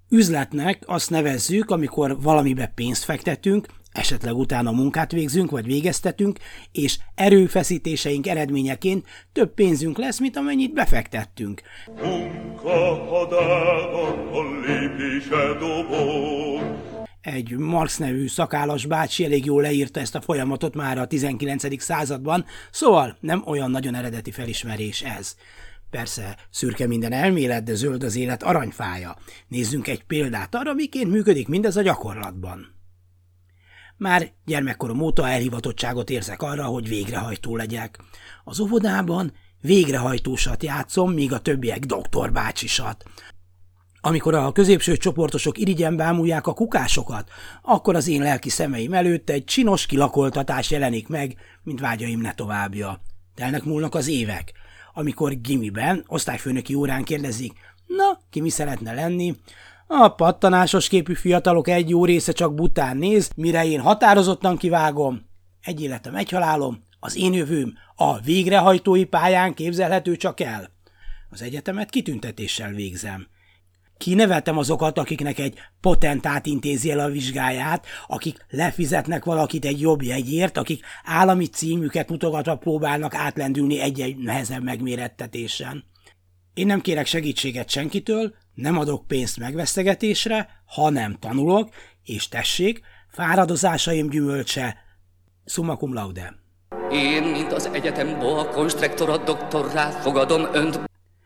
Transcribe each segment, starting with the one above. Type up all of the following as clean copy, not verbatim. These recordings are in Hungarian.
Üzletnek azt nevezzük, amikor valamibe pénzt fektetünk, esetleg utána munkát végzünk vagy végeztetünk, és erőfeszítéseink eredményeként több pénzünk lesz, mint amennyit befektettünk. Egy Marx nevű szakállas bácsi elég jól leírta ezt a folyamatot már a 19. században, szóval nem olyan nagyon eredeti felismerés ez. Persze szürke minden elmélet, de zöld az élet aranyfája. Nézzünk egy példát arra, miként működik mindez a gyakorlatban. Már gyermekkorom óta elhivatottságot érzek arra, hogy végrehajtó legyek. Az óvodában végrehajtósat játszom, míg a többiek doktorbácsisat. Amikor a középső csoportosok irigyen bámulják a kukásokat, akkor az én lelki szemeim előtt egy csinos kilakoltatás jelenik meg, mint vágyaim ne továbbja. Telnek múlnak az évek. Amikor gimiben, osztályfőnöki órán kérdezik, na, ki mi szeretne lenni? A pattanásos képű fiatalok egy jó része csak bután néz, mire én határozottan kivágom. Egy életem, egy halálom, az én jövőm a végrehajtói pályán képzelhető csak el. Az egyetemet kitüntetéssel végzem. Kineveltem azokat, akiknek egy potentát intézi el a vizsgáját, akik lefizetnek valakit egy jobb jegyért, akik állami címüket mutogatva próbálnak átlendülni egy-egy nehezebb megmérettetésen. Én nem kérek segítséget senkitől, nem adok pénzt megvesztegetésre, hanem tanulok, és tessék, fáradozásaim gyümölcse, summa cum laude. Én, mint az egyetem boa konstruktora doktorrá fogadom önt.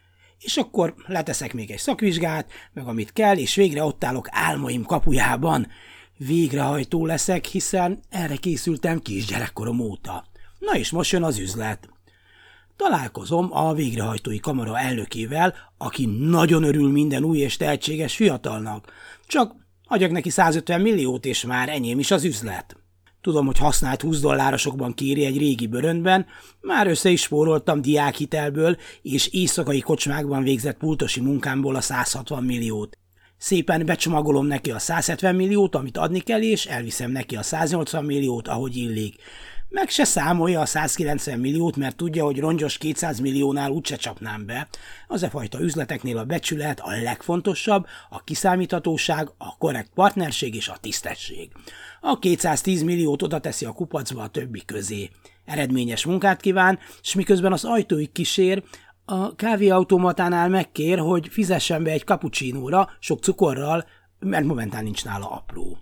És akkor leteszek még egy szakvizsgát, meg amit kell, és végre ott állok álmaim kapujában. Végrehajtó leszek, hiszen erre készültem kisgyerekkorom óta. Na és most jön az üzlet. Találkozom a végrehajtói kamara elnökével, aki nagyon örül minden új és tehetséges fiatalnak. Csak adjak neki 150 milliót, és már enyém is az üzlet. Tudom, hogy használt $20 kéri egy régi bőröndben, már össze is spóroltam diákhitelből, és éjszakai kocsmákban végzett pultosi munkámból a 160 milliót. Szépen becsomagolom neki a 170 milliót, amit adni kell, és elviszem neki a 180 milliót, ahogy illik. Meg se számolja a 190 milliót, mert tudja, hogy rongyos 200 milliónál úgyse csapnám be. Az e fajta üzleteknél a becsület a legfontosabb, a kiszámíthatóság, a korrekt partnerség és a tisztesség. A 210 milliót oda teszi a kupacba a többi közé. Eredményes munkát kíván, s miközben az ajtóig kísér, a kávéautomatánál megkér, hogy fizessen be egy cappuccinóra, sok cukorral, mert momentán nincs nála apró.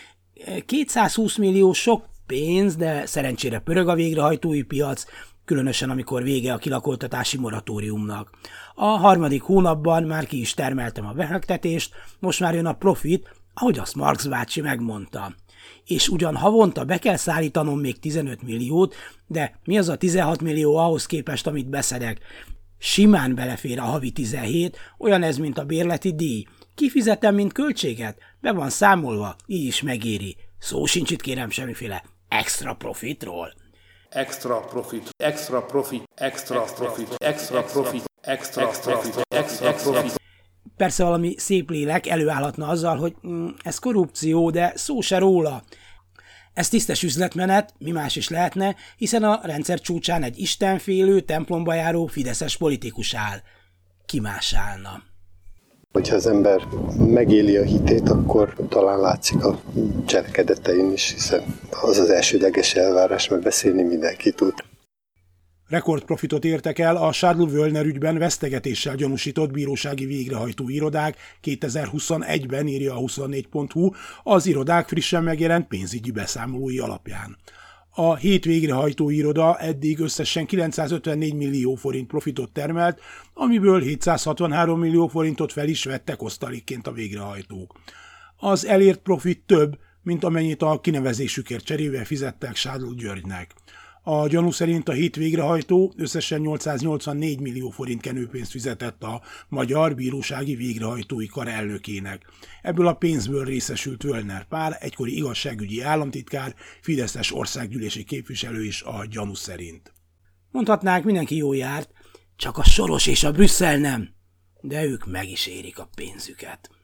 220 millió sok pénz, de szerencsére pörög a végrehajtói piac, különösen amikor vége a kilakoltatási moratóriumnak. A 3. hónapban már ki is termeltem a befektetést, most már jön a profit, ahogy azt Marx bácsi megmondta. És ugyan havonta be kell szállítanom még 15 milliót, de mi az a 16 millió ahhoz képest, amit beszedek? Simán belefér a havi 17, olyan ez, mint a bérleti díj. Kifizetem, mint költséget? Be van számolva, így is megéri. Szó sincs itt, kérem, semmiféle extra profitról. Extra profit, extra profit, extra profit, extra profit, extra profit, extra profit. Persze valami szép lélek előállhatna azzal, hogy ez korrupció, de szó se róla. Ez tisztes üzletmenet, mi más is lehetne, hiszen a rendszer csúcsán egy istenfélő, templomba járó fideszes politikus áll. Ki más állna? Hogyha az ember megéli a hitét, akkor talán látszik a cselekedetein is, hiszen az az elsődleges elvárás, mert beszélni mindenki tud. Rekordprofitot értek el a Charles Wöllner ügyben vesztegetéssel gyanúsított bírósági végrehajtó irodák 2021-ben, írja a 24.hu, az irodák frissen megjelent pénzügyi beszámolói alapján. A 7 végrehajtó iroda eddig összesen 954 millió forint profitot termelt, amiből 763 millió forintot fel is vettek osztalékként a végrehajtók. Az elért profit több, mint amennyit a kinevezésükért cserébe fizettek Sádl Györgynek. A gyanú szerint a 7 végrehajtó összesen 884 millió forint kenőpénzt fizetett a Magyar Bírósági Végrehajtói Kar elnökének. Ebből a pénzből részesült Wöllner Pál, egykori igazságügyi államtitkár, fideszes országgyűlési képviselő is a gyanú szerint. Mondhatnák, mindenki jól járt, csak a Soros és a Brüsszel nem, de ők meg is érik a pénzüket.